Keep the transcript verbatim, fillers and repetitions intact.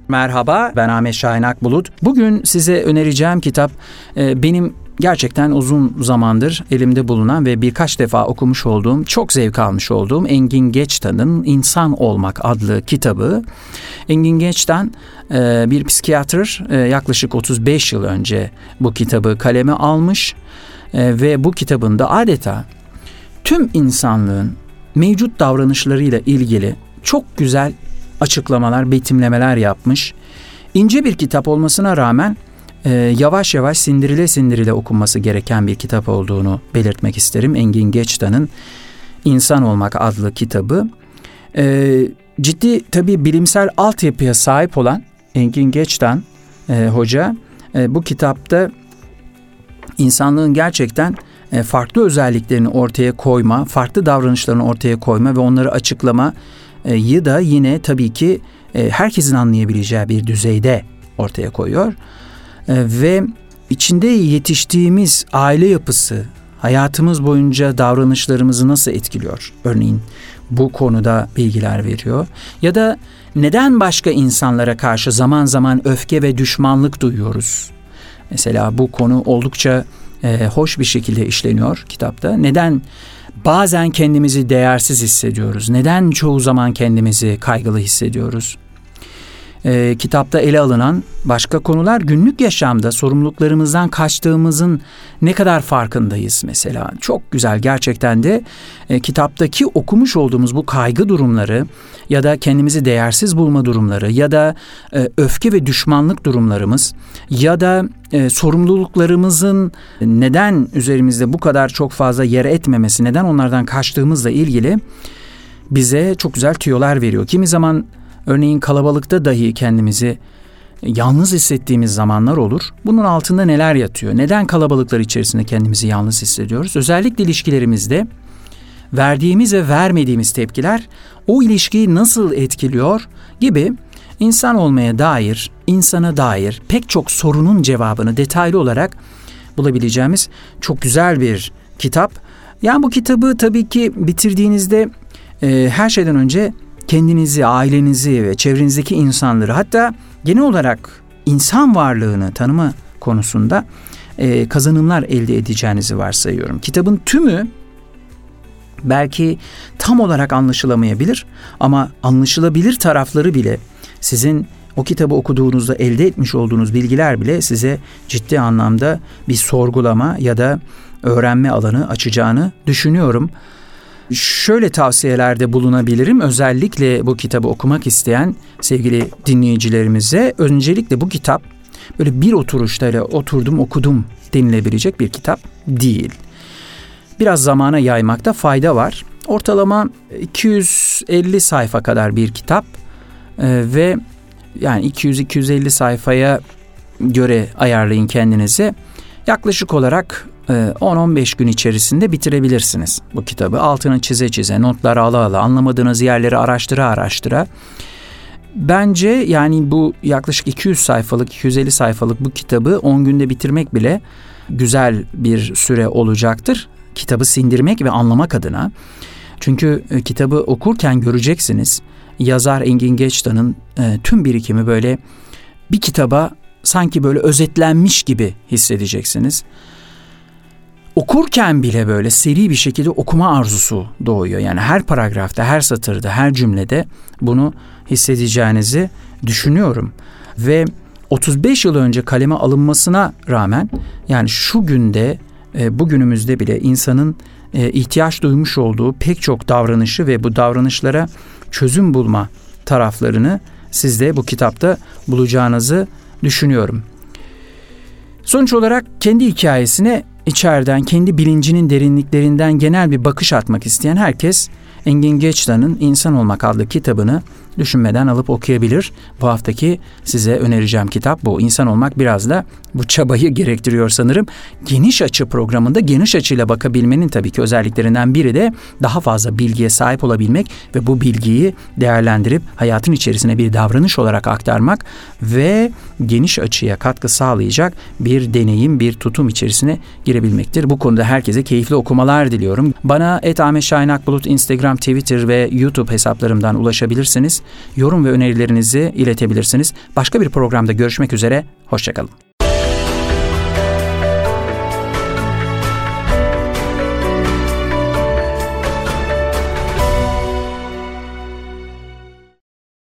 Merhaba, ben Ahmet Şahin Akbulut. Bugün size önereceğim kitap e, benim gerçekten uzun zamandır elimde bulunan ve birkaç defa okumuş olduğum, çok zevk almış olduğum Engin Geçtan'ın İnsan Olmak adlı kitabı. Engin Geçtan e, bir psikiyatr, e, yaklaşık otuz beş yıl önce bu kitabı kaleme almış e, ve bu kitabında adeta tüm insanlığın mevcut davranışlarıyla ilgili çok güzel açıklamalar, betimlemeler yapmış. İnce bir kitap olmasına rağmen e, yavaş yavaş sindirile sindirile okunması gereken bir kitap olduğunu belirtmek isterim. Engin Geçtan'ın İnsan Olmak adlı kitabı. E, ciddi tabii bilimsel altyapıya sahip olan Engin Geçtan e, hoca e, bu kitapta insanlığın gerçekten e, farklı özelliklerini ortaya koyma, farklı davranışlarını ortaya koyma ve onları açıklama yı da yine tabii ki herkesin anlayabileceği bir düzeyde ortaya koyuyor. Ve içinde yetiştiğimiz aile yapısı, hayatımız boyunca davranışlarımızı nasıl etkiliyor? Örneğin bu konuda bilgiler veriyor. Ya da neden başka insanlara karşı zaman zaman öfke ve düşmanlık duyuyoruz? Mesela bu konu oldukça hoş bir şekilde işleniyor kitapta. Neden bazen kendimizi değersiz hissediyoruz? Neden çoğu zaman kendimizi kaygılı hissediyoruz? Ee, kitapta ele alınan başka konular, günlük yaşamda sorumluluklarımızdan kaçtığımızın ne kadar farkındayız mesela. Çok güzel gerçekten de e, kitaptaki okumuş olduğumuz bu kaygı durumları ya da kendimizi değersiz bulma durumları ya da e, öfke ve düşmanlık durumlarımız ya da e, sorumluluklarımızın neden üzerimizde bu kadar çok fazla yer etmemesi, neden onlardan kaçtığımızla ilgili bize çok güzel tüyolar veriyor. Kimi zaman örneğin kalabalıkta dahi kendimizi yalnız hissettiğimiz zamanlar olur. Bunun altında neler yatıyor? Neden kalabalıklar içerisinde kendimizi yalnız hissediyoruz? Özellikle ilişkilerimizde verdiğimiz ve vermediğimiz tepkiler o ilişkiyi nasıl etkiliyor gibi insan olmaya dair, insana dair pek çok sorunun cevabını detaylı olarak bulabileceğimiz çok güzel bir kitap. Yani bu kitabı tabii ki bitirdiğinizde e, her şeyden önce kendinizi, ailenizi ve çevrenizdeki insanları, hatta genel olarak insan varlığını tanıma konusunda e, kazanımlar elde edeceğinizi varsayıyorum. Kitabın tümü belki tam olarak anlaşılamayabilir ama anlaşılabilir tarafları bile, sizin o kitabı okuduğunuzda elde etmiş olduğunuz bilgiler bile size ciddi anlamda bir sorgulama ya da öğrenme alanı açacağını düşünüyorum. Şöyle tavsiyelerde bulunabilirim. Özellikle bu kitabı okumak isteyen sevgili dinleyicilerimize, öncelikle bu kitap böyle bir oturuşta oturdum okudum denilebilecek bir kitap değil. Biraz zamana yaymakta fayda var. Ortalama iki yüz elli sayfa kadar bir kitap ee, ve yani iki yüz iki yüz elli sayfaya göre ayarlayın kendinizi. Yaklaşık olarak on on beş gün içerisinde bitirebilirsiniz bu kitabı. Altını çize çize, notlar ala ala, anlamadığınız yerleri araştıra araştıra. Bence yani bu yaklaşık iki yüz sayfalık, iki yüz elli sayfalık bu kitabı on günde bitirmek bile güzel bir süre olacaktır. Kitabı sindirmek ve anlamak adına. Çünkü kitabı okurken göreceksiniz, yazar Engin Geçtan'ın e, tüm birikimi böyle bir kitaba sanki böyle özetlenmiş gibi hissedeceksiniz. Okurken bile böyle seri bir şekilde okuma arzusu doğuyor. Yani her paragrafta, her satırda, her cümlede bunu hissedeceğinizi düşünüyorum. Ve otuz beş yıl önce kaleme alınmasına rağmen yani şu günde, e, bugünümüzde bile insanın e, ihtiyaç duymuş olduğu pek çok davranışı ve bu davranışlara çözüm bulma taraflarını siz de bu kitapta bulacağınızı düşünüyorum. Sonuç olarak kendi hikayesine içeriden, kendi bilincinin derinliklerinden genel bir bakış atmak isteyen herkes Engin Geçtan'ın İnsan Olmak adlı kitabını düşünmeden alıp okuyabilir. Bu haftaki size önereceğim kitap bu. İnsan olmak biraz da bu çabayı gerektiriyor sanırım. Geniş açı programında geniş açıyla bakabilmenin tabii ki özelliklerinden biri de daha fazla bilgiye sahip olabilmek ve bu bilgiyi değerlendirip hayatın içerisine bir davranış olarak aktarmak ve geniş açıya katkı sağlayacak bir deneyim, bir tutum içerisine girebilmektir. Bu konuda herkese keyifli okumalar diliyorum. Bana et Ahmet Şahin Akbulut Instagram Instagram, Twitter ve YouTube hesaplarımdan ulaşabilirsiniz. Yorum ve önerilerinizi iletebilirsiniz. Başka bir programda görüşmek üzere, hoşça kalın.